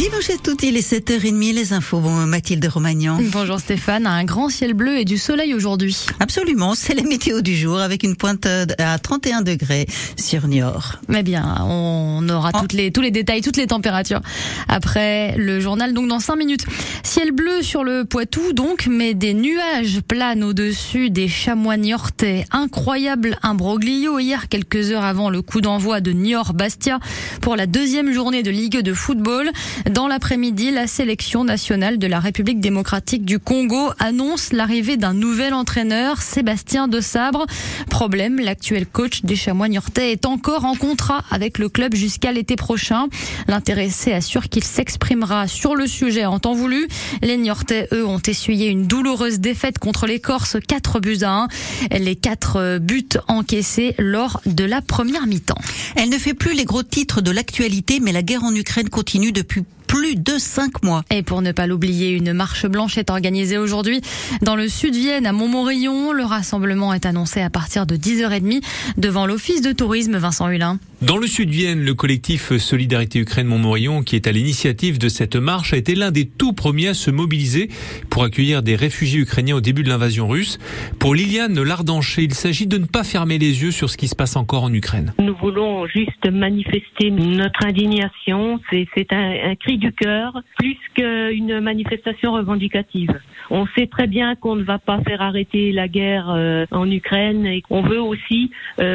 Dimanche à tout, il est 7h30, les infos. Bon, Mathilde Romagnan. Bonjour Stéphane, un grand ciel bleu et du soleil aujourd'hui. Absolument, c'est la météo du jour avec une pointe à 31 degrés sur Niort. Eh bien, on aura tous les détails, toutes les températures après le journal, donc dans 5 minutes. Ciel bleu sur le Poitou donc, mais des nuages planent au-dessus des chamois niortais. Incroyable imbroglio hier, quelques heures avant le coup d'envoi de Niort-Bastia pour la deuxième journée de Ligue de football. Dans l'après-midi, la sélection nationale de la République démocratique du Congo annonce l'arrivée d'un nouvel entraîneur, Sébastien Desabre. Problème, l'actuel coach des chamois niortais est encore en contrat avec le club jusqu'à l'été prochain. L'intéressé assure qu'il s'exprimera sur le sujet en temps voulu. Les Niortais, eux, ont essuyé une douloureuse défaite contre les Corses, 4-1. Les 4 buts encaissés lors de la première mi-temps. Elle ne fait plus les gros titres de l'actualité, mais la guerre en Ukraine continue depuis plus de 5 mois. Et pour ne pas l'oublier, une marche blanche est organisée aujourd'hui dans le sud-Vienne à Montmorillon. Le rassemblement est annoncé à partir de 10h30 devant l'office de tourisme Vincent Hulin. Dans le sud-Vienne, le collectif Solidarité Ukraine Montmorillon, qui est à l'initiative de cette marche, a été l'un des tout premiers à se mobiliser pour accueillir des réfugiés ukrainiens au début de l'invasion russe. Pour Liliane Lardanché, il s'agit de ne pas fermer les yeux sur ce qui se passe encore en Ukraine. Nous voulons juste manifester notre indignation. C'est un cri du cœur, plus qu'une manifestation revendicative. On sait très bien qu'on ne va pas faire arrêter la guerre en Ukraine et qu'on veut aussi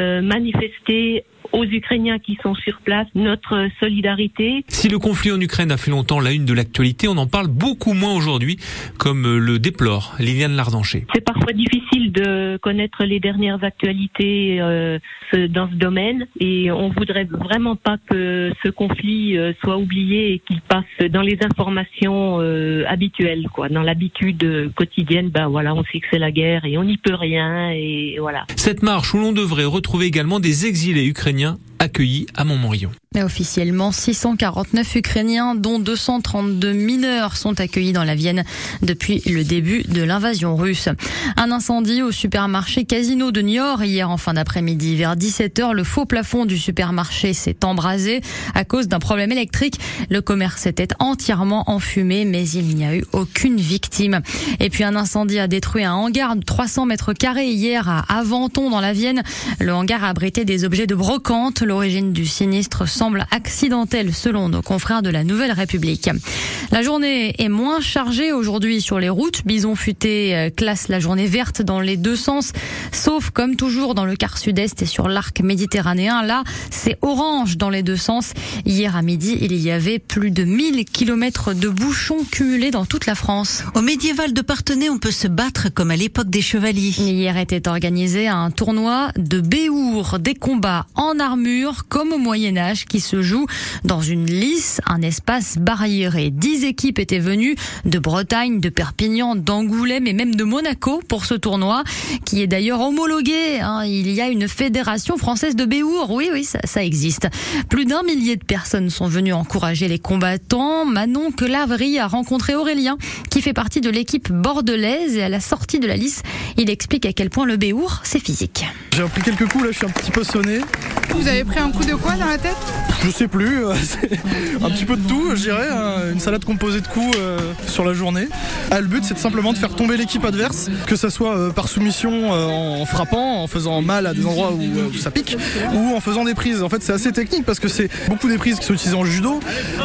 manifester aux Ukrainiens qui sont sur place notre solidarité. Si le conflit en Ukraine a fait longtemps la une de l'actualité, on en parle beaucoup moins aujourd'hui, comme le déplore Liliane Lardanché. C'est parfois difficile de connaître les dernières actualités dans ce domaine et on voudrait vraiment pas que ce conflit soit oublié et qu'il passe dans les informations habituelles, quoi, dans l'habitude quotidienne. Ben voilà, on sait que c'est la guerre et on n'y peut rien et voilà. Cette marche où l'on devrait retrouver également des exilés ukrainiens accueillis à Montmorillon. Mais officiellement, 649 Ukrainiens, dont 232 mineurs, sont accueillis dans la Vienne depuis le début de l'invasion russe. Un incendie au supermarché Casino de Niort hier en fin d'après-midi. Vers 17h, le faux plafond du supermarché s'est embrasé à cause d'un problème électrique. Le commerce était entièrement enfumé, mais il n'y a eu aucune victime. Et puis un incendie a détruit un hangar de 300 mètres carrés hier à Aventon dans la Vienne. Le hangar abritait des objets de brocante. L'origine du sinistre semble accidentelle selon nos confrères de la Nouvelle République. La journée est moins chargée aujourd'hui sur les routes. Bison Futé classe la journée verte dans les deux sens, sauf comme toujours dans le quart sud-est et sur l'arc méditerranéen. Là, c'est orange dans les deux sens. Hier à midi, il y avait plus de 1000 kilomètres de bouchons cumulés dans toute la France. Au médiéval de Parthenay, on peut se battre comme à l'époque des chevaliers. Hier était organisé un tournoi de béour, des combats en armure comme au Moyen-Âge qui se joue dans une lice, un espace barriéré. 10 équipes étaient venues de Bretagne, de Perpignan, d'Angoulême et même de Monaco pour ce tournoi qui est d'ailleurs homologué. Il y a une fédération française de béour. Oui, ça existe. Plus d'1 millier de personnes sont venues encourager les combattants. Manon Kelavry a rencontré Aurélien qui fait partie de l'équipe bordelaise et à la sortie de la lice, il explique à quel point le béour, c'est physique. J'ai pris quelques coups, là je suis un petit peu sonné. Vous avez pris un coup de quoi dans la tête ? Je sais plus, un petit peu de tout, je dirais, une salade composée de coups sur la journée. Le but c'est simplement de faire tomber l'équipe adverse, que ça soit par soumission en frappant, en faisant mal à des endroits où ça pique, ou en faisant des prises. En fait c'est assez technique parce que c'est beaucoup des prises qui sont utilisées en judo.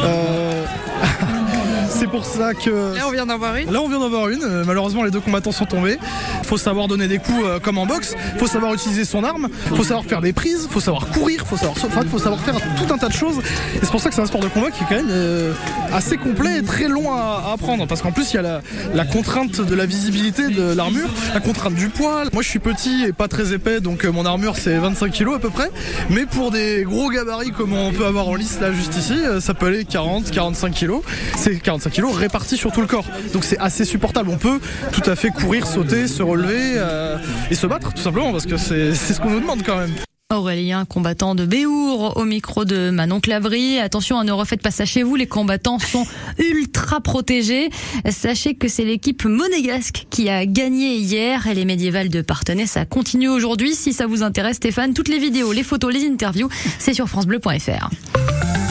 C'est pour ça que... Là on vient d'en voir une. Malheureusement les deux combattants sont tombés. Il faut savoir donner des coups comme en boxe. Il faut savoir utiliser son arme. Il faut savoir faire des prises. Il faut savoir courir. Il faut savoir faire tout un tas de choses. Et c'est pour ça que c'est un sport de combat qui est quand même assez complet et très long à apprendre. Parce qu'en plus il y a la contrainte de la visibilité de l'armure, la contrainte du poids. Moi je suis petit et pas très épais, donc mon armure c'est 25 kg à peu près. Mais pour des gros gabarits comme on peut avoir en lice là juste ici, ça peut aller 40-45 kg. C'est 45 kg répartis sur tout le corps. Donc c'est assez supportable. On peut tout à fait courir, sauter, se relever et se battre tout simplement parce que c'est ce qu'on nous demande quand même. Aurélien, combattant de béour, au micro de Manon Kelavry. Attention, ne refaites pas ça chez vous, les combattants sont ultra protégés. Sachez que c'est l'équipe monégasque qui a gagné hier et les médiévales de Parthenay, ça continue aujourd'hui. Si ça vous intéresse, Stéphane, toutes les vidéos, les photos, les interviews, c'est sur francebleu.fr.